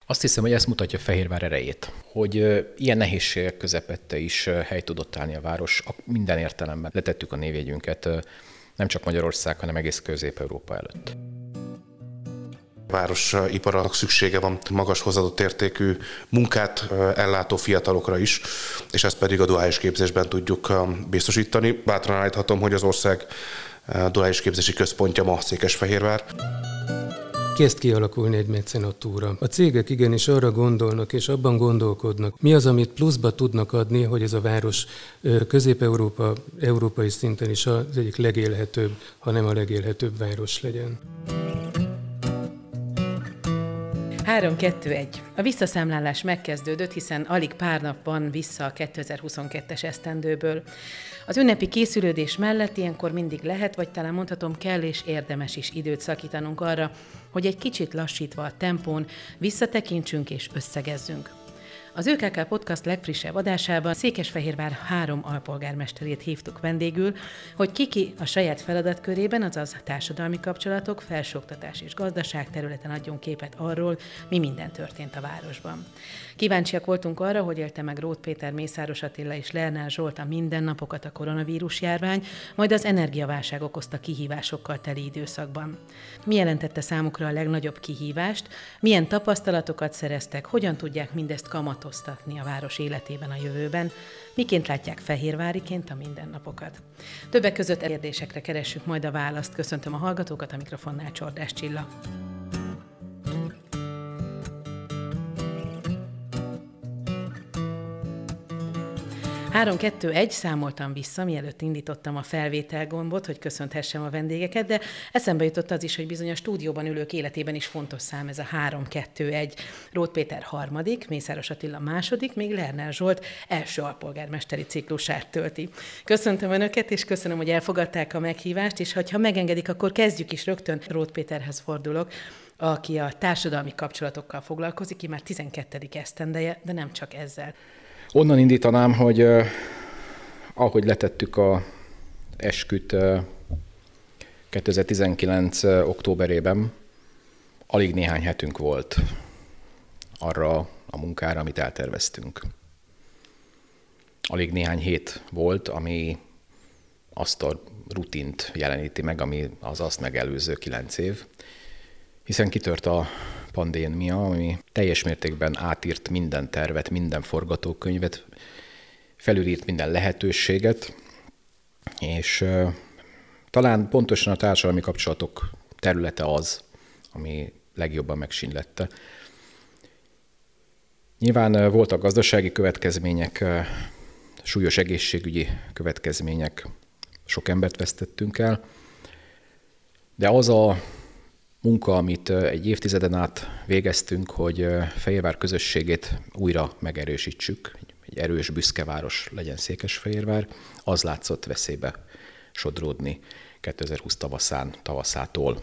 Azt hiszem, hogy ezt mutatja Fehérvár erejét, hogy ilyen nehézségek közepette is helyt tudott állni a város. Minden értelemben letettük a névjegyünket, nem csak Magyarország, hanem egész Közép-Európa előtt. A városiparnak szüksége van magas hozzáadott értékű munkát ellátó fiatalokra is, és ezt pedig a duális képzésben tudjuk biztosítani. Bátran állíthatom, hogy az ország duális képzési központja ma Székesfehérvár. Kezd kialakulni egy mecenatúra. A cégek igenis arra gondolnak, és abban gondolkodnak, mi az, amit pluszba tudnak adni, hogy ez a város Közép-Európa, európai szinten is az egyik legélhetőbb, hanem a legélhetőbb város legyen. 3-2-1. A visszaszámlálás megkezdődött, hiszen alig pár nap van vissza a 2022-es esztendőből. Az ünnepi készülődés mellett ilyenkor mindig lehet, vagy talán mondhatom kell és érdemes is időt szakítanunk arra, hogy egy kicsit lassítva a tempón visszatekintsünk és összegezzünk. Az ÖKK Podcast legfrissebb adásában Székesfehérvár 3 alpolgármesterét hívtuk vendégül, hogy ki a saját feladatkörében, azaz társadalmi kapcsolatok, felsőoktatás és gazdaság területen adjon képet arról, mi minden történt a városban. Kíváncsiak voltunk arra, hogy élte meg Róth Péter, Mészáros Attila és Lernár Zsolt a mindennapokat a koronavírus járvány, majd az energiaválság okozta kihívásokkal teli időszakban. Mi jelentette számukra a legnagyobb kihívást, milyen tapasztalatokat szereztek, hogyan tudják mindezt kamatoztatni a város életében a jövőben, miként látják fehérváriként a mindennapokat. Többek között kérdésekre keressük majd a választ. Köszöntöm a hallgatókat, a mikrofonnál Csordás Csilla. Három, 2, 1, számoltam vissza, mielőtt indítottam a felvétel gombot, hogy köszönthessem a vendégeket, de eszembe jutott az is, hogy bizony a stúdióban ülők életében is fontos szám ez a 3, 2, 1. Róth Péter 3., Mészáros Attila 2., még Lernár Zsolt első alpolgármesteri ciklusát tölti. Köszöntöm Önöket, és köszönöm, hogy elfogadták a meghívást, és ha megengedik, akkor kezdjük is rögtön. Róth Péterhez fordulok, aki a társadalmi kapcsolatokkal foglalkozik, ki már 12. esztendeje, de nem csak ezzel. Onnan indítanám, hogy ahogy letettük a esküt 2019. októberében, alig néhány hetünk volt arra a munkára, amit elterveztünk. Alig néhány hét volt, ami azt a rutint jeleníti meg, ami az azt megelőző 9 év, hiszen kitört a pandémia, ami teljes mértékben átírt minden tervet, minden forgatókönyvet, felülírt minden lehetőséget, és talán pontosan a társadalmi kapcsolatok területe az, ami legjobban megsínlette. Nyilván voltak gazdasági következmények, súlyos egészségügyi következmények, sok embert vesztettünk el, de az a munka, amit egy évtizeden át végeztünk, hogy Fehérvár közösségét újra megerősítsük, egy erős, büszke város legyen Székesfehérvár, az látszott veszélybe sodródni 2020 tavaszától.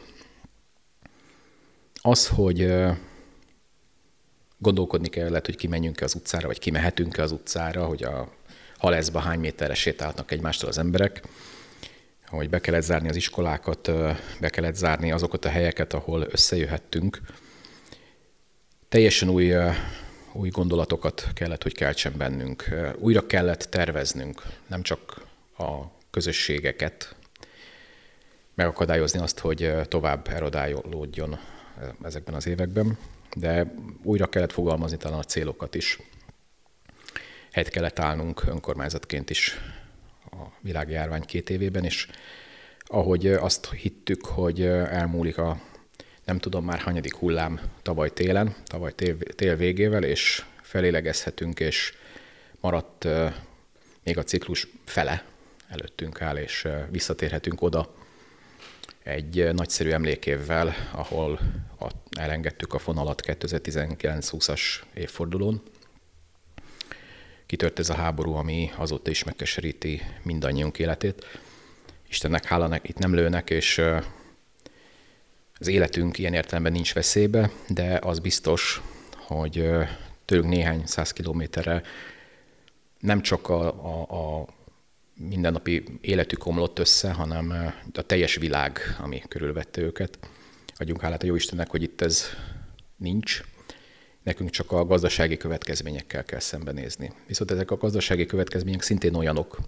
Az, hogy gondolkodni kellett, hogy kimenjünk-e az utcára, vagy kimehetünk-e az utcára, hogy a Haleszba hány méterre sétálnak egymástól az emberek, hogy be kellett zárni az iskolákat, be kellett zárni azokat a helyeket, ahol összejöhettünk. Teljesen új gondolatokat kellett, hogy keltsen bennünk. Újra kellett terveznünk, nem csak a közösségeket, megakadályozni azt, hogy tovább erodálódjon ezekben az években, de újra kellett fogalmazni talán a célokat is. Helyt kellett állnunk önkormányzatként is a világjárvány 2 évében, és ahogy azt hittük, hogy elmúlik a nem tudom már hanyadik hullám tavaly tél végével, és felélegezhetünk, és maradt még a ciklus fele előttünk áll, és visszatérhetünk oda egy nagyszerű emlékévvel, ahol elengedtük a fonalat 2019-20-as évfordulón. Kitört ez a háború, ami azóta is megkeseríti mindannyiunk életét. Istennek hála, itt nem lőnek, és az életünk ilyen értelemben nincs veszélybe, de az biztos, hogy tőlünk néhány 100 kilométerre nem csak a mindennapi életük omlott össze, hanem a teljes világ, ami körülvette őket. Adjunk hálát a Jóistennek, hogy itt ez nincs, nekünk csak a gazdasági következményekkel kell szembenézni. Viszont ezek a gazdasági következmények szintén olyanok,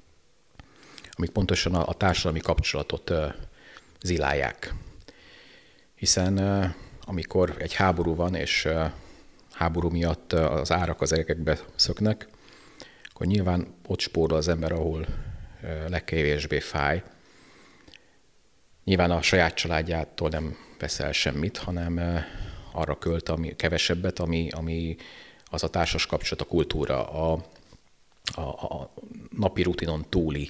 amik pontosan a társadalmi kapcsolatot zilálják. Hiszen amikor egy háború van, és háború miatt az árak az erekekbe szöknek, akkor nyilván ott spórol az ember, ahol legkevésbé fáj. Nyilván a saját családjától nem vesz el semmit, hanem arra költ kevesebbet, ami az a társas kapcsolat, a kultúra, a napi rutinon túli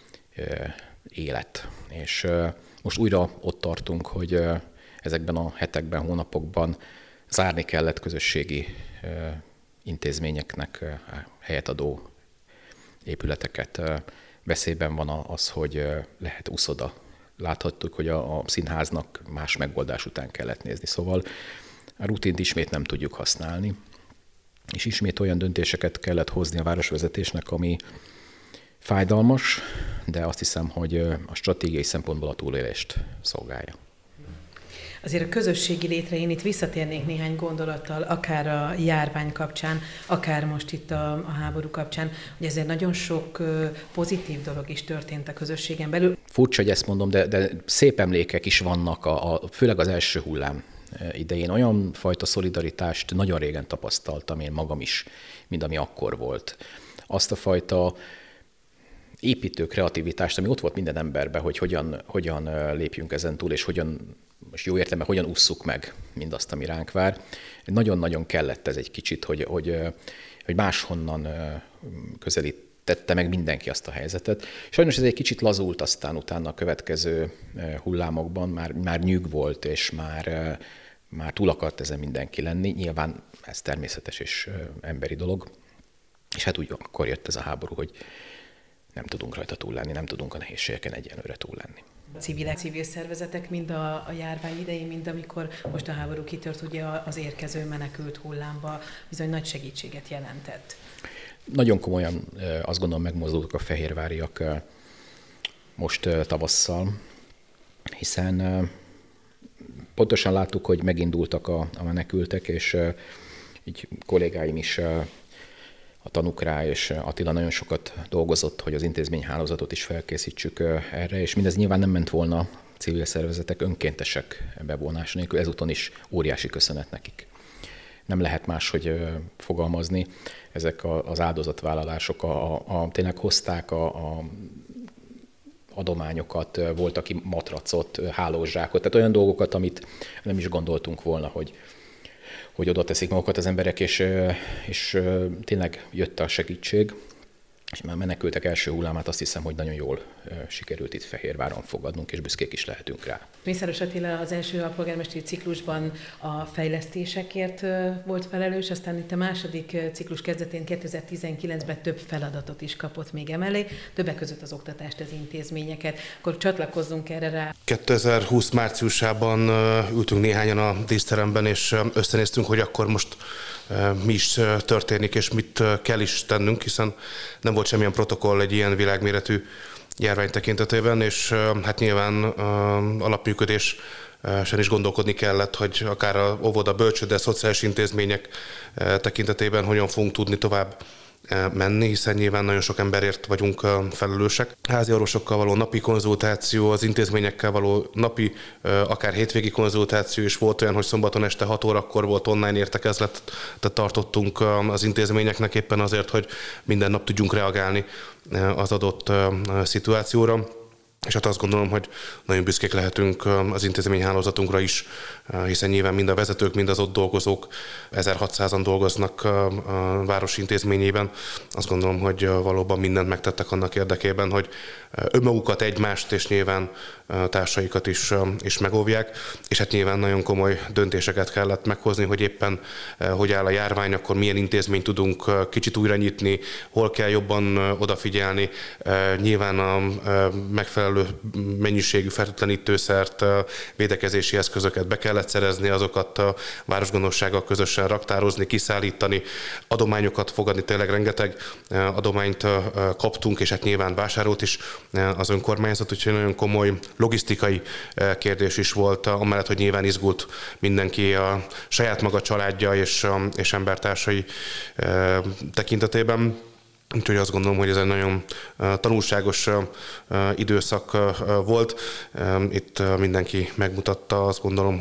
élet. És most újra ott tartunk, hogy ezekben a hetekben, hónapokban zárni kellett közösségi intézményeknek helyet adó épületeket. Veszélyben van az, hogy lehet uszoda. Láthattuk, hogy a színháznak más megoldás után kellett nézni. Szóval a rutint ismét nem tudjuk használni, és ismét olyan döntéseket kellett hozni a városvezetésnek, ami fájdalmas, de azt hiszem, hogy a stratégiai szempontból a túlélést szolgálja. Azért a közösségi létre én itt visszatérnék néhány gondolattal, akár a járvány kapcsán, akár most itt a háború kapcsán, hogy ezért nagyon sok pozitív dolog is történt a közösségen belül. Furcsa, hogy ezt mondom, de szép emlékek is vannak, főleg az első hullám idején. Olyan fajta szolidaritást nagyon régen tapasztaltam én magam is, mint ami akkor volt. Azt a fajta építő kreativitást, ami ott volt minden emberben, hogy hogyan lépjünk ezen túl, és hogyan, most jó értelemben, hogyan ússzuk meg mindazt, ami ránk vár. Nagyon-nagyon kellett ez egy kicsit, hogy máshonnan közelítette meg mindenki azt a helyzetet. Sajnos ez egy kicsit lazult aztán utána a következő hullámokban, már nyűg volt, és már túl akart ezen mindenki lenni. Nyilván ez természetes és emberi dolog. És hát úgy akkor jött ez a háború, hogy nem tudunk rajta túl lenni, nem tudunk a nehézségeken egyenlőre túl lenni. Civil szervezetek mind a járvány idején, mind amikor most a háború kitört, ugye az érkező menekült hullámba bizony nagy segítséget jelentett. Nagyon komolyan azt gondolom megmozdultak a fehérváriak most tavasszal, hiszen pontosan láttuk, hogy megindultak a menekültek, és így kollégáim is a tanuk rá, és Attila nagyon sokat dolgozott, hogy az intézményhálózatot is felkészítsük erre, és mindez nyilván nem ment volna civil szervezetek önkéntesek bevonás nélkül, ezúton is óriási köszönet nekik. Nem lehet máshogy fogalmazni, ezek az áldozatvállalások tényleg hozták a adományokat, volt, aki matracot, hálózsákot, tehát olyan dolgokat, amit nem is gondoltunk volna, hogy oda teszik magukat az emberek, és tényleg jött a segítség, és már menekültek első hullámát, azt hiszem, hogy nagyon jól sikerült itt Fehérváron fogadnunk, és büszkék is lehetünk rá. Mészáros Attila az első alpolgármesteri ciklusban a fejlesztésekért volt felelős, aztán itt a második ciklus kezdetén 2019-ben több feladatot is kapott még emellé, többek között az oktatást, az intézményeket. Akkor csatlakozzunk erre rá. 2020 márciusában ültünk néhányan a díszteremben, és összenéztünk, hogy akkor most mi is történik, és mit kell is tennünk, hiszen nem volt semmilyen protokoll egy ilyen világméretű járvány tekintetében, és hát nyilván alapműködésen is gondolkodni kellett, hogy akár a óvoda, bölcsőde, szociális intézmények tekintetében hogyan fogunk tudni tovább menni, hiszen nyilván nagyon sok emberért vagyunk felelősek. Házi orvosokkal való napi konzultáció, az intézményekkel való napi, akár hétvégi konzultáció is volt olyan, hogy szombaton este 6 órakor volt online értekezletet tartottunk az intézményeknek éppen azért, hogy minden nap tudjunk reagálni az adott szituációra. És hát azt gondolom, hogy nagyon büszkék lehetünk az intézményhálózatunkra is, hiszen nyilván mind a vezetők, mind az ott dolgozók, 1600-an dolgoznak a város intézményében. Azt gondolom, hogy valóban mindent megtettek annak érdekében, hogy önmagukat, egymást és nyilván társaikat is megóvják. És hát nyilván nagyon komoly döntéseket kellett meghozni, hogy éppen hogy áll a járvány, akkor milyen intézményt tudunk kicsit újra nyitni, hol kell jobban odafigyelni. Nyilván a megfelelő megfelelő mennyiségű fertőtlenítőszert, védekezési eszközöket be kellett szerezni, azokat a városgondossággal közösen raktározni, kiszállítani, adományokat fogadni, tényleg rengeteg adományt kaptunk, és hát nyilván vásárolt is az önkormányzat, úgyhogy nagyon komoly logisztikai kérdés is volt, amellett, hogy nyilván izgult mindenki a saját maga családja és embertársai tekintetében. Úgyhogy azt gondolom, hogy ez egy nagyon tanulságos időszak volt. Itt mindenki megmutatta, azt gondolom,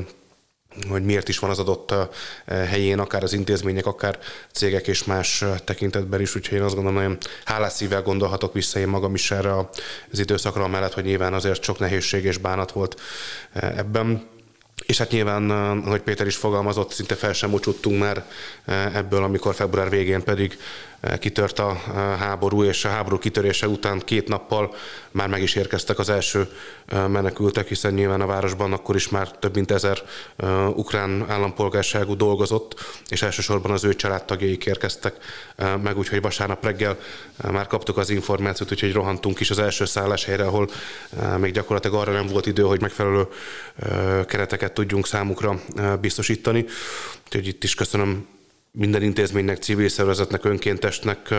hogy miért is van az adott helyén, akár az intézmények, akár cégek és más tekintetben is. Úgyhogy én azt gondolom, nagyon hálás szívvel gondolhatok vissza én magam is erre az időszakra, mellett, hogy nyilván azért sok nehézség és bánat volt ebben. És hát nyilván, ahogy Péter is fogalmazott, szinte fel sem mocsuttunk már ebből, amikor február végén pedig kitört a háború, és a háború kitörése után 2 nappal már meg is érkeztek az első menekültek, hiszen nyilván a városban akkor is már több mint 1000 ukrán állampolgárságú dolgozott, és elsősorban az ő családtagjaik érkeztek meg, úgyhogy vasárnap reggel már kaptuk az információt, úgyhogy rohantunk is az első szálláshelyre, ahol még gyakorlatilag arra nem volt idő, hogy megfelelő kereteket tudjunk számukra biztosítani. Úgyhogy itt is köszönöm minden intézménynek, civil szervezetnek, önkéntesnek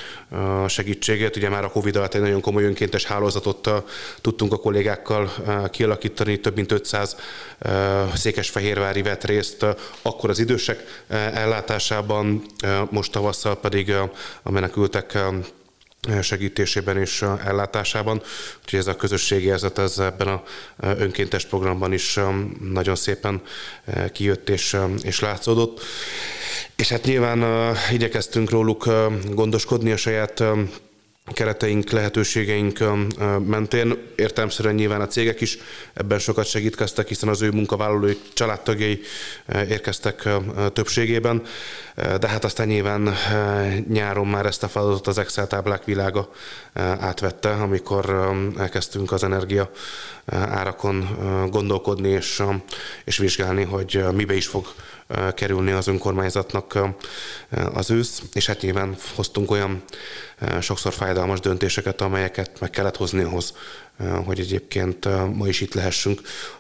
a segítségét. Ugye már a Covid alatt egy nagyon komoly önkéntes hálózatot tudtunk a kollégákkal kialakítani, több mint 500 székesfehérvári vett részt akkor az idősek ellátásában, most tavasszal pedig a menekültek segítésében és ellátásában. Úgyhogy ez a közösségi érzet ez ebben az önkéntes programban is nagyon szépen kijött és látszódott. És hát nyilván igyekeztünk róluk gondoskodni a saját kereteink, lehetőségeink mentén. Értelemszerűen nyilván a cégek is ebben sokat segítkeztek, hiszen az ő munkavállalói családtagjai érkeztek többségében, de hát aztán nyilván nyáron már ezt a feladatot az Excel táblák világa átvette, amikor elkezdtünk az energia árakon gondolkodni és vizsgálni, hogy mibe is fog kerülni az önkormányzatnak az ősz, és hát nyilván hoztunk olyan sokszor fájdalmas döntéseket, amelyeket meg kellett hozni ahhoz, hogy egyébként ma is itt lehessünk,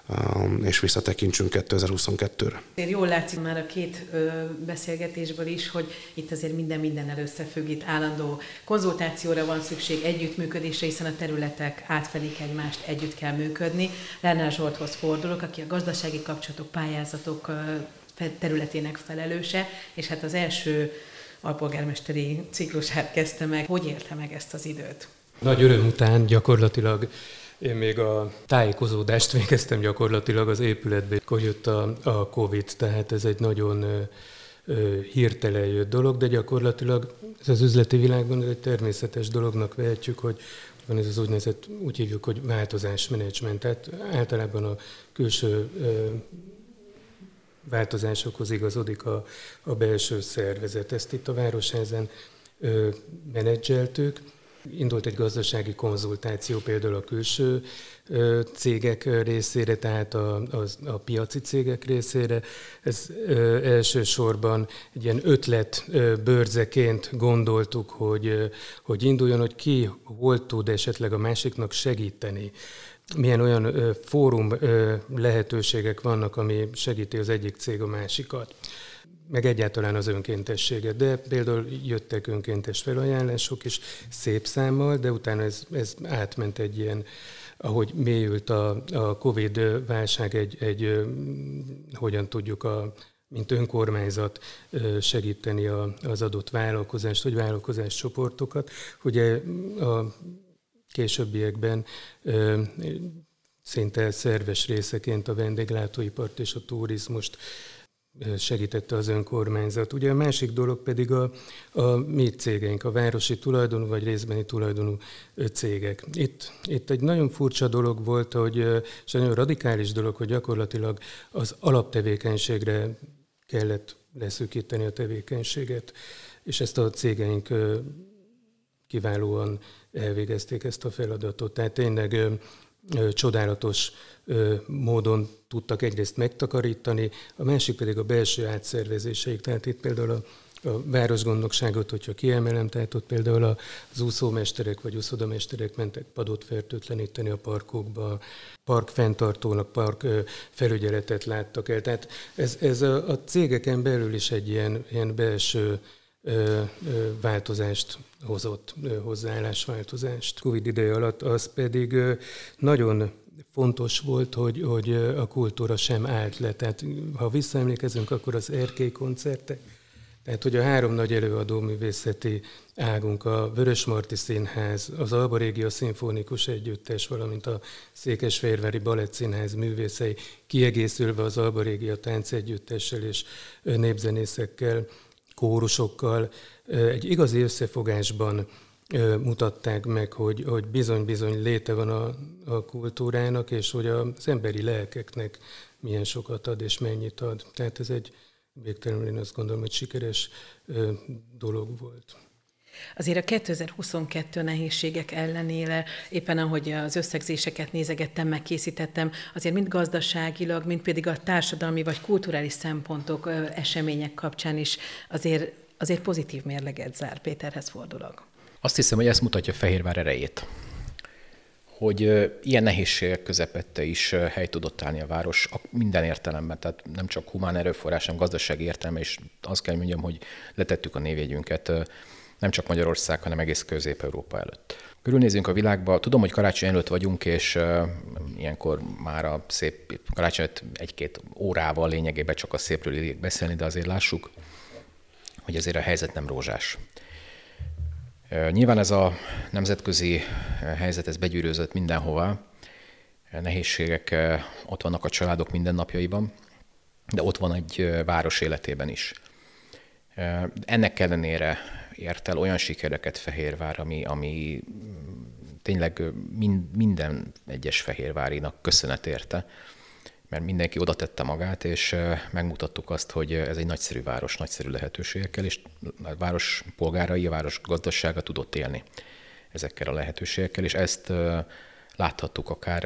és visszatekintsünk 2022-re. Jól látszik már a 2 beszélgetésből is, hogy itt azért mindennel összefügg, itt állandó konzultációra van szükség, együttműködésre, hiszen a területek átfedik egymást, együtt kell működni. Lernár Zsolthoz fordulok, aki a gazdasági kapcsolatok, pályázatok területének felelőse, és hát az első alpolgármesteri ciklusát kezdte meg. Hogy élte meg ezt az időt? Nagy öröm után gyakorlatilag én még a tájékozódást végeztem gyakorlatilag az épületbe, akkor jött a Covid, tehát ez egy nagyon hirtelen jött dolog, de gyakorlatilag ez az üzleti világban ez egy természetes dolognak vehetjük, hogy van ez az úgynevezett, úgy hívjuk, hogy változásmenedzsment, tehát általában a külső változásokhoz igazodik a belső szervezet. Ezt itt a Városházen menedzseltük. Indult egy gazdasági konzultáció például a külső cégek részére, tehát a piaci cégek részére. Ez elsősorban egy ilyen ötletbőrzeként gondoltuk, hogy induljon, hogy ki hol tud esetleg a másiknak segíteni. Milyen olyan fórum lehetőségek vannak, ami segíti az egyik cég a másikat, meg egyáltalán az önkéntességet. De például jöttek önkéntes felajánlások is szép számmal, de utána ez átment egy ilyen, ahogy mélyült a Covid-válság, hogyan tudjuk mint önkormányzat segíteni az adott vállalkozást, vagy vállalkozáscsoportokat. Ugye a későbbiekben szinte szerves részeként a vendéglátóipart és a turizmust segítette az önkormányzat. Ugye a másik dolog pedig a mi cégeink, a városi tulajdonú vagy részbeni tulajdonú cégek. Itt egy nagyon furcsa dolog volt, és egy nagyon radikális dolog, hogy gyakorlatilag az alaptevékenységre kellett leszűkíteni a tevékenységet, és ezt a cégeink kiválóan elvégezték ezt a feladatot. Tehát tényleg csodálatos módon tudtak egyrészt megtakarítani, a másik pedig a belső átszervezéseik. Tehát itt például A városgondnokságot, hogyha kiemelem, tehát ott például az úszómesterek vagy úszodamesterek mentek padot fertőtleníteni a parkokba, park fenntartónak park felügyeletet láttak el. Tehát ez a cégeken belül is egy ilyen belső változást hozott, hozzáállásváltozást. Covid ideje alatt az pedig nagyon fontos volt, hogy a kultúra sem állt le. Tehát ha visszaemlékezünk, akkor az erkély koncertek, tehát hogy a 3 nagy előadó művészeti águnk, a Vörösmarty Színház, az Alba Régia Szimfonikus Együttes, valamint a Székesfehérvári Balettszínház művészei, kiegészülve az Alba Régia Táncegyüttessel és népzenészekkel, kórusokkal, egy igazi összefogásban mutatták meg, hogy bizony-bizony léte van a kultúrának, és hogy az emberi lelkeknek milyen sokat ad és mennyit ad. Tehát ez egy végtelenül, én azt gondolom, hogy sikeres dolog volt. Azért a 2022 nehézségek ellenére, éppen ahogy az összegzéseket nézegettem, megkészítettem, azért mind gazdaságilag, mind pedig a társadalmi vagy kulturális szempontok, események kapcsán is azért pozitív mérleget zár. Péterhez fordulok. Azt hiszem, hogy ezt mutatja Fehérvár erejét, hogy ilyen nehézségek közepette is helyt tudott állni a város minden értelemben, tehát nem csak humán erőforrás, hanem gazdasági értelemben, és azt kell mondjam, hogy letettük a névjegyünket nem csak Magyarország, hanem egész Közép-Európa előtt. Körülnézünk a világba, tudom, hogy karácsony előtt vagyunk, és ilyenkor már a szép karácsony 1-2 órával lényegében csak a szépről illik beszélni, de azért lássuk, hogy azért a helyzet nem rózsás. Nyilván ez a nemzetközi helyzet, ez begyűrűzött mindenhová. Nehézségek ott vannak a családok mindennapjaiban, de ott van egy város életében is. Ennek ellenére ért el olyan sikereket Fehérvár, ami tényleg minden egyes fehérvárinak köszönet érte, mert mindenki oda tette magát, és megmutattuk azt, hogy ez egy nagyszerű város, nagyszerű lehetőségekkel, és a város polgárai, a város gazdasága tudott élni ezekkel a lehetőségekkel, és ezt láthattuk akár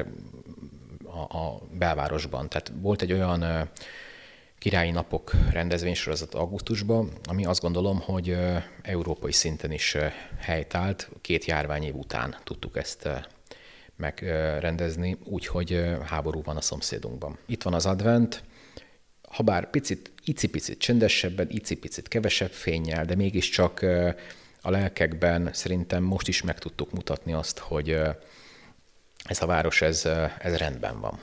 a belvárosban. Tehát volt egy olyan királyi napok rendezvénysorozat augusztusban, ami azt gondolom, hogy európai szinten is helytált, 2 járványév után tudtuk ezt megrendezni, úgyhogy háború van a szomszédunkban. Itt van az advent, habár icipicit csendesebben, icipicit kevesebb fénnyel, de mégiscsak a lelkekben szerintem most is meg tudtuk mutatni azt, hogy ez a város, ez rendben van.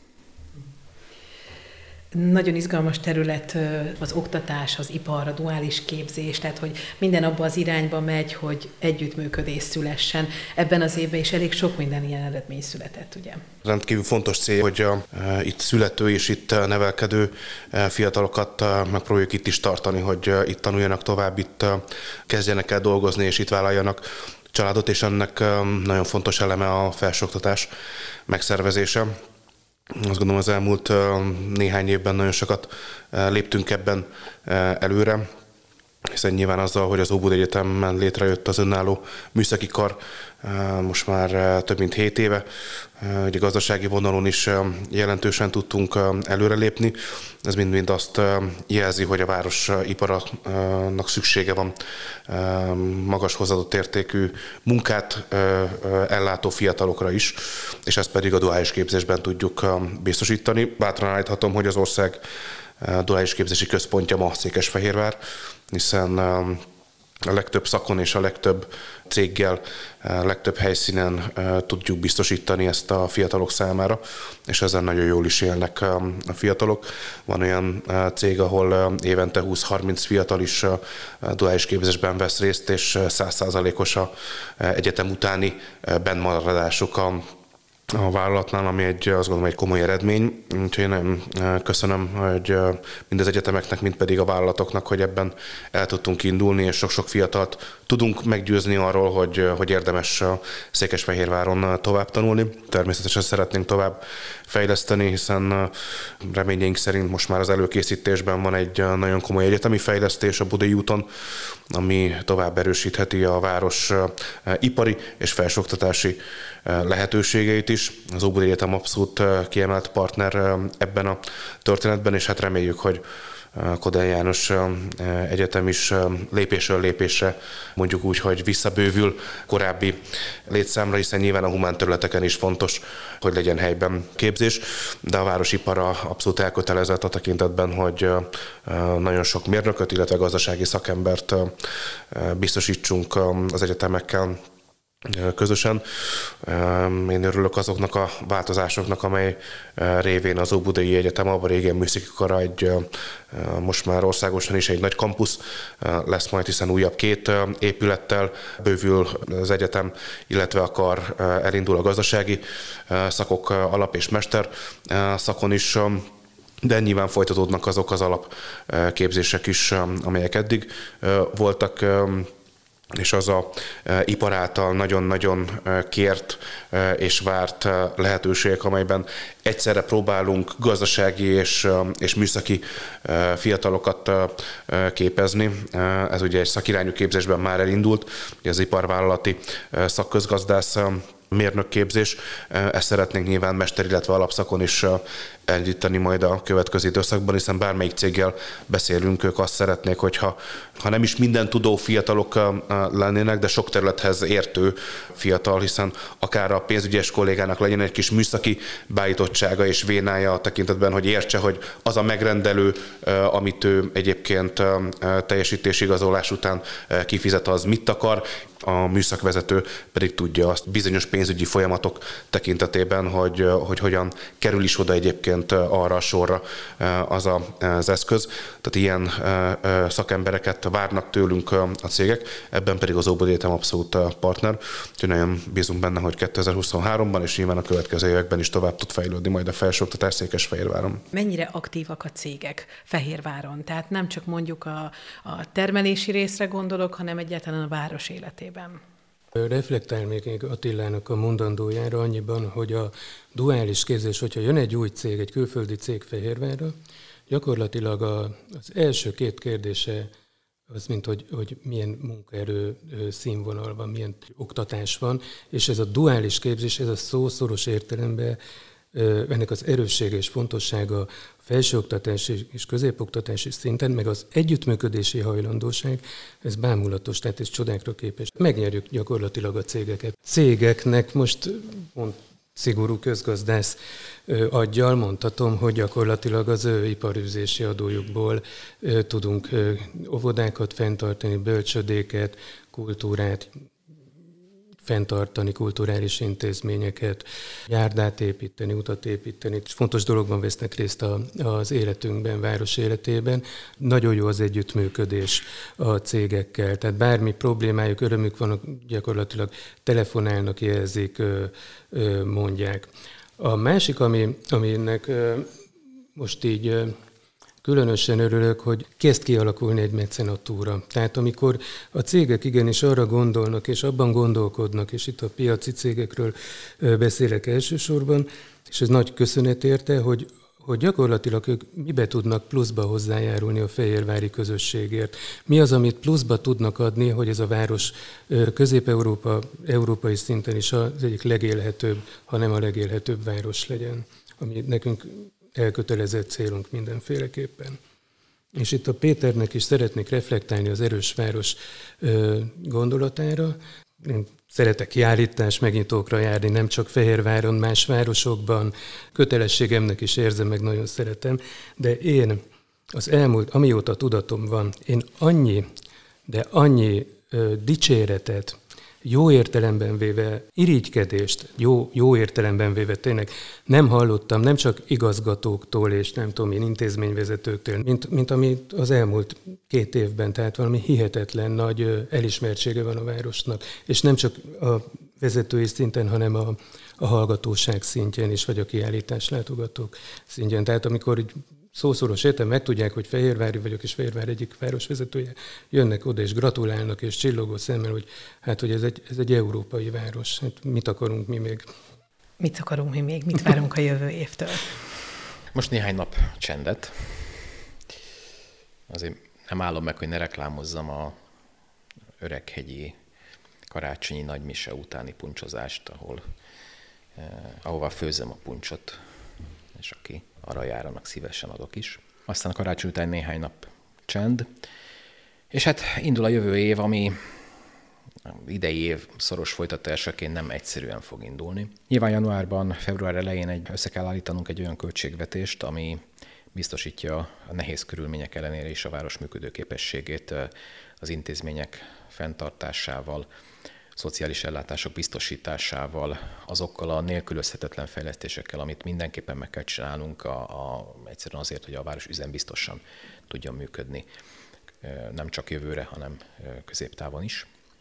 Nagyon izgalmas terület az oktatás, az ipar, a duális képzés, tehát hogy minden abba az irányba megy, hogy együttműködés szülessen. Ebben az évben is elég sok minden ilyen eredmény született, ugye? Rendkívül fontos cél, hogy itt születő és itt nevelkedő fiatalokat megpróbáljuk itt is tartani, hogy itt tanuljanak tovább, itt kezdjenek el dolgozni és itt vállaljanak családot, és ennek nagyon fontos eleme a felsőoktatás megszervezése. Azt gondolom, az elmúlt néhány évben nagyon sokat léptünk ebben előre, hiszen nyilván azzal, hogy az Óbud Egyetemen létrejött az önálló műszaki kar, most már több mint 7 éve, ugye gazdasági vonalon is jelentősen tudtunk előrelépni. Ez mind-mind azt jelzi, hogy a város iparának szüksége van magas hozzáadott értékű munkát ellátó fiatalokra is, és ezt pedig a duális képzésben tudjuk biztosítani. Bátran állíthatom, hogy az ország duális képzési központja ma Székesfehérvár, hiszen a legtöbb szakon és a legtöbb céggel, a legtöbb helyszínen tudjuk biztosítani ezt a fiatalok számára, és ezen nagyon jól is élnek a fiatalok. Van olyan cég, ahol évente 20-30 fiatal is duális képzésben vesz részt, és 100%-os a egyetem utáni bennmaradásuk a vállalatnál, ami azt gondolom egy komoly eredmény. Úgyhogy én köszönöm, hogy mind az egyetemeknek, mind pedig a vállalatoknak, hogy ebben el tudtunk indulni, és sok-sok fiatalt tudunk meggyőzni arról, hogy érdemes Székesfehérváron tovább tanulni. Természetesen szeretnénk tovább fejleszteni, hiszen reményeink szerint most már az előkészítésben van egy nagyon komoly egyetemi fejlesztés a Budai úton, ami tovább erősítheti a város ipari és felsőoktatási lehetőségeit is. Az Óbud Egyetem abszolút kiemelt partner ebben a történetben, és hát reméljük, hogy Kodály János Egyetem is lépésről lépésre, mondjuk úgy, hogy visszabővül korábbi létszámra, hiszen nyilván a humán területeken is fontos, hogy legyen helyben képzés, de a városipara abszolút elkötelezett a tekintetben, hogy nagyon sok mérnököt, illetve gazdasági szakembert biztosítsunk az egyetemekkel közösen. Én örülök azoknak a változásoknak, amely révén az Óbudai Egyetem Alba Régen Műszaki Kara most már országosan is egy nagy kampusz lesz majd, hiszen újabb 2 épülettel bővül az egyetem, illetve akar elindul a gazdasági szakok alap- és mester szakon is, de nyilván folytatódnak azok az alapképzések is, amelyek eddig voltak, és az a ipar által nagyon-nagyon kért és várt lehetőségek, amelyben egyszerre próbálunk gazdasági és műszaki fiatalokat képezni. Ez ugye egy szakirányú képzésben már elindult, az iparvállalati szakközgazdász mérnökképzés. Ezt szeretnénk nyilván mester, illetve alapszakon is elindítani majd a következő időszakban, hiszen bármelyik céggel beszélünk, ők azt szeretnék, hogyha nem is minden tudó fiatalok lennének, de sok területhez értő fiatal, hiszen akár a pénzügyes kollégának legyen egy kis műszaki beállítottsága és vénája a tekintetben, hogy értse, hogy az a megrendelő, amit ő egyébként teljesítésigazolás után kifizet, az mit akar, a műszakvezető pedig tudja azt bizonyos pénzügyi folyamatok tekintetében, hogy hogyan kerül is oda egyébként arra a sorra az eszköz. Tehát ilyen szakembereket várnak tőlünk a cégek, ebben pedig az Óbudai Egyetem abszolút partner. Úgyhogy nagyon bízunk benne, hogy 2023-ban és nyilván a következő években is tovább tud fejlődni majd a felsőoktatás Székesfehérváron. Mennyire aktívak a cégek Fehérváron? Tehát nem csak mondjuk a termelési részre gondolok, hanem egyáltalán a város életében. Reflektál még Attilának a mondandójára annyiban, hogy a duális képzés, hogyha jön egy új cég, egy külföldi cég Fehérvárra, gyakorlatilag az első 2 kérdése az, mint hogy milyen munkaerő színvonal van, milyen oktatás van, és ez a duális képzés, ez a szó szoros értelemben ennek az erőssége és fontossága a felsőoktatási és középoktatási szinten, meg az együttműködési hajlandóság, ez bámulatos, tehát ez csodákra képes. Megnyerjük gyakorlatilag a cégeket. Cégeknek most szigorú közgazdász aggyal mondhatom, hogy gyakorlatilag az iparűzési adójukból tudunk óvodákat fenntartani, bölcsödéket, kultúrát fenntartani, kulturális intézményeket, járdát építeni, utat építeni. Fontos dologban vesznek részt az életünkben, város életében. Nagyon jó az együttműködés a cégekkel, tehát bármi problémájuk, örömük van, gyakorlatilag telefonálnak, jelzik, mondják. A másik, aminek most így különösen örülök, hogy kezd kialakulni egy mecenatúra. Tehát amikor a cégek igenis arra gondolnak, és abban gondolkodnak, és itt a piaci cégekről beszélek elsősorban, és ez nagy köszönet érte, hogy gyakorlatilag ők mibe tudnak pluszba hozzájárulni a fehérvári közösségért. Mi az, amit pluszba tudnak adni, hogy ez a város Közép-Európa, európai szinten is az egyik legélhetőbb, ha nem a legélhetőbb város legyen, ami nekünk elkötelezett célunk mindenféleképpen. És itt a Péternek is szeretnék reflektálni az erős város gondolatára. Én szeretek kiállítás megnyitókra járni, nem csak Fehérváron, más városokban. Kötelességemnek is érzem, meg nagyon szeretem. De én az elmúlt, amióta tudatom van, én annyi dicséretet, jó értelemben véve irigykedést, jó értelemben véve tényleg nem hallottam, nem csak igazgatóktól és nem tudom én intézményvezetőktől, mint amit az elmúlt 2 évben, tehát valami hihetetlen nagy elismertsége van a városnak. És nem csak a vezetői szinten, hanem a hallgatóság szintjén is, vagy a kiállítás látogatók szintjén. Tehát amikor így szószoros értem megtudják, hogy fehérvári vagyok, és Fehérvár egyik városvezetője, jönnek oda és gratulálnak, és csillogó szemmel, hogy ez egy európai város. Hát mit akarunk mi még? Mit akarunk mi még? Mit várunk a jövő évtől? Most néhány nap csendet. Azért nem állom meg, hogy ne reklámozzam a Öreghegyi karácsonyi nagymise utáni puncsozást, ahová főzem a puncsot, és aki arra jár, annak szívesen adok is. aztán a karácsony után néhány nap csend, és hát indul a jövő év, ami idei év szoros folytatásaként nem egyszerűen fog indulni. Nyilván januárban, február elején össze kell állítanunk egy olyan költségvetést, ami biztosítja a nehéz körülmények ellenére is a város működőképességét az intézmények fenntartásával, szociális ellátások biztosításával, azokkal a nélkülözhetetlen fejlesztésekkel, amit mindenképpen meg kell csinálnunk egyszerűen azért, hogy a város üzembiztosan tudjon működni, nem csak jövőre, hanem középtávon is.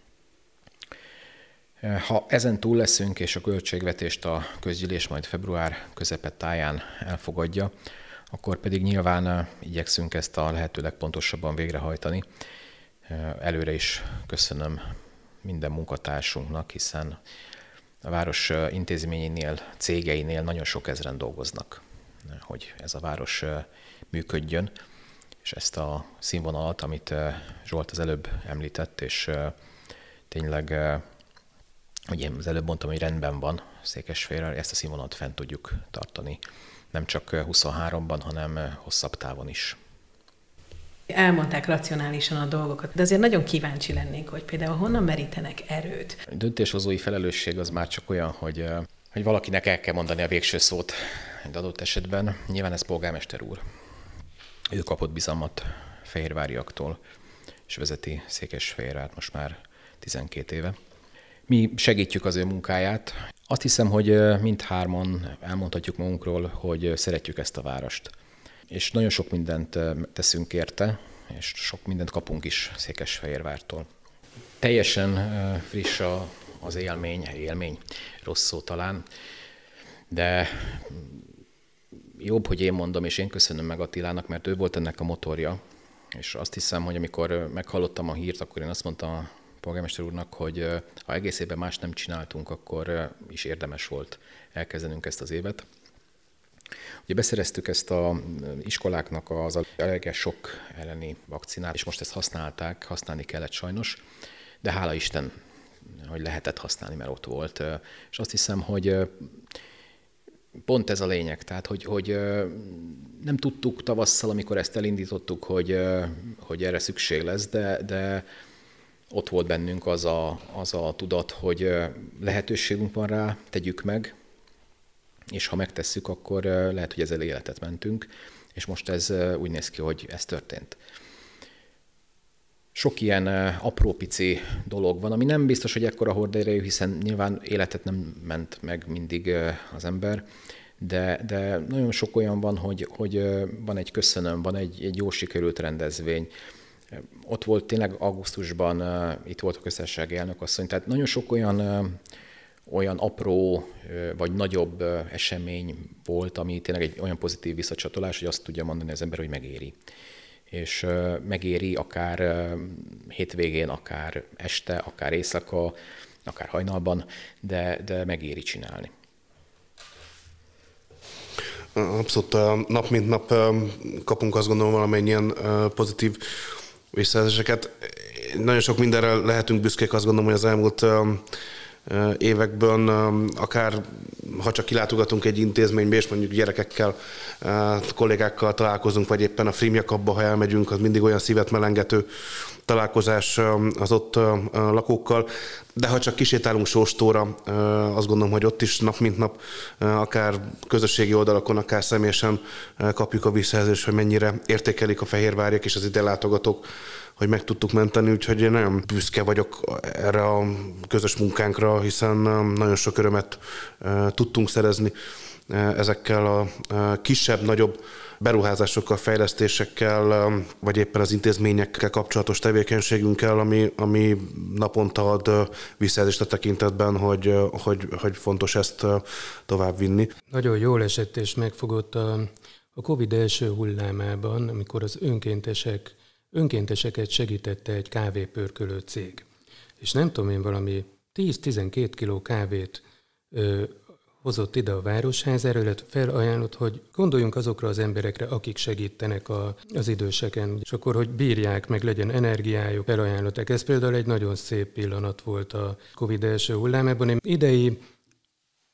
Ha ezen túl leszünk, és a költségvetést a közgyűlés majd február táján elfogadja, akkor pedig nyilván igyekszünk ezt a lehető legpontosabban végrehajtani. Előre is köszönöm minden munkatársunknak, hiszen a város intézményénél, cégeinél nagyon sok ezren dolgoznak, hogy ez a város működjön, és ezt a színvonalat, amit Zsolt az előbb említett, és tényleg, hogy én az előbb mondtam, hogy rendben van Székesfehérvár, ezt a színvonalat fent tudjuk tartani, nem csak 23-ban, hanem hosszabb távon is. Elmondták racionálisan a dolgokat, de azért nagyon kíváncsi lennék, hogy például honnan merítenek erőt. A döntéshozói felelősség az már csak olyan, hogy valakinek el kell mondani a végső szót egy adott esetben. Nyilván ez polgármester úr. Ő kapott bizalmat fehérváriaktól, és vezeti Székesfehérvárt most már 12 éve. Mi segítjük az ő munkáját. Azt hiszem, hogy mindhárman elmondhatjuk magunkról, hogy szeretjük ezt a várost. És nagyon sok mindent teszünk érte, és sok mindent kapunk is Székesfehérvártól. Teljesen friss az élmény, rossz szó talán, de jobb, hogy én mondom, és én köszönöm meg Attilának, mert ő volt ennek a motorja, és azt hiszem, hogy amikor meghallottam a hírt, akkor én azt mondtam a polgármester úrnak, hogy ha egész évben más nem csináltunk, akkor is érdemes volt elkezdenünk ezt az évet. Ugye beszereztük ezt az iskoláknak az allergiás sokk elleni vakcinát, és most ezt használni kellett sajnos, de hála Isten, hogy lehetett használni, mert ott volt. És azt hiszem, hogy pont ez a lényeg, tehát hogy nem tudtuk tavasszal, amikor ezt elindítottuk, hogy erre szükség lesz, de ott volt bennünk az a tudat, hogy lehetőségünk van rá, tegyük meg, és ha megtesszük, akkor lehet, hogy ezzel életet mentünk, és most ez úgy néz ki, hogy ez történt. Sok ilyen apró pici dolog van, ami nem biztos, hogy ekkora horderejű, hiszen nyilván életet nem ment meg mindig az ember, de nagyon sok olyan van, hogy van egy köszönöm, van egy jó sikerült rendezvény. Ott volt tényleg augusztusban, itt volt a köztársasági elnökasszony, tehát nagyon sok olyan apró vagy nagyobb esemény volt, ami tényleg egy olyan pozitív visszacsatolás, hogy azt tudja mondani az ember, hogy megéri. És megéri akár hétvégén, akár este, akár éjszaka, akár hajnalban, de megéri csinálni. Abszolút nap mint nap kapunk, azt gondolom, valamennyien pozitív visszajelzéseket. Nagyon sok mindenre lehetünk büszkék, azt gondolom, hogy az elmúlt években, akár ha csak kilátogatunk egy intézménybe, és mondjuk gyerekekkel, kollégákkal találkozunk, vagy éppen a Frímjakabba, ha elmegyünk, az mindig olyan szívet melengető találkozás az ott lakókkal. De ha csak kisétálunk Sóstóra, azt gondolom, hogy ott is nap mint nap, akár közösségi oldalakon, akár személyesen kapjuk a visszajelzést, hogy mennyire értékelik a fehérváriak és az ide látogatók, hogy meg tudtuk menteni, úgyhogy én nagyon büszke vagyok erre a közös munkánkra, hiszen nagyon sok örömet tudtunk szerezni ezekkel a kisebb-nagyobb beruházásokkal, fejlesztésekkel, vagy éppen az intézményekkel kapcsolatos tevékenységünkkel, ami naponta ad visszajelzést a tekintetben, hogy fontos ezt továbbvinni. Nagyon jól esett és megfogott a Covid első hullámában, amikor az önkénteseket segítette egy kávépörkölő cég. És nem tudom én, valami 10-12 kiló kávét hozott ide a Városházára, illetve felajánlott, hogy gondoljunk azokra az emberekre, akik segítenek az időseken, és akkor, hogy bírják, meg legyen energiájuk, felajánlották. Ez például egy nagyon szép pillanat volt a Covid első hullámában. Én idei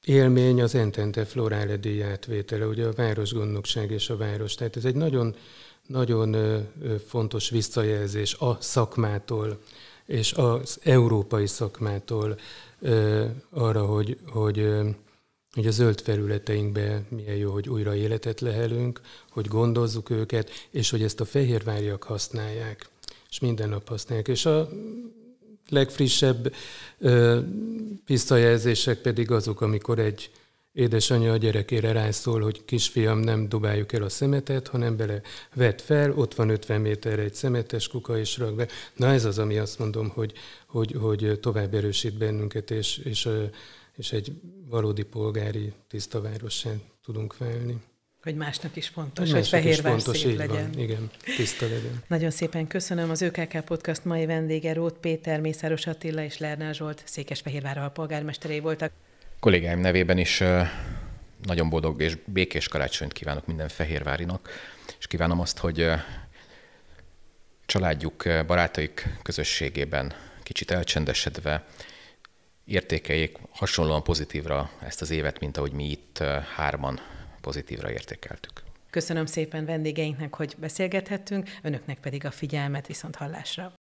élmény az Entente Florale díj átvétele, ugye a városgondnokság és a város. Tehát ez egy nagyon, nagyon fontos visszajelzés a szakmától és az európai szakmától arra, hogy a zöld felületeinkben milyen jó, hogy újra életet lehelünk, hogy gondozzuk őket, és hogy ezt a fehérváriak használják, és minden nap használják. És a legfrissebb visszajelzések pedig azok, amikor egy édesanyja a gyerekére rászól, hogy kisfiam, nem dobáljuk el a szemetet, hanem bele vedd fel, ott van 50 méterre egy szemetes kuka, és rak be. Na ez az, ami azt mondom, hogy tovább erősít bennünket, és egy valódi polgári tiszta várossá tudunk válni. Hogy másnak is fontos, hogy Fehérvár szép legyen. Van, igen, tiszta legyen. Nagyon szépen köszönöm. Az ÖKK Podcast mai vendége Róth Péter, Mészáros Attila és Lerner Zsolt Székesfehérvár alpolgármesterei voltak. Kollégáim nevében is nagyon boldog és békés karácsonyt kívánok minden fehérvárinak, és kívánom azt, hogy családjuk, barátaik közösségében kicsit elcsendesedve értékeljék hasonlóan pozitívra ezt az évet, mint ahogy mi itt hárman pozitívra értékeltük. Köszönöm szépen vendégeinknek, hogy beszélgethettünk, önöknek pedig a figyelmet, viszont hallásra.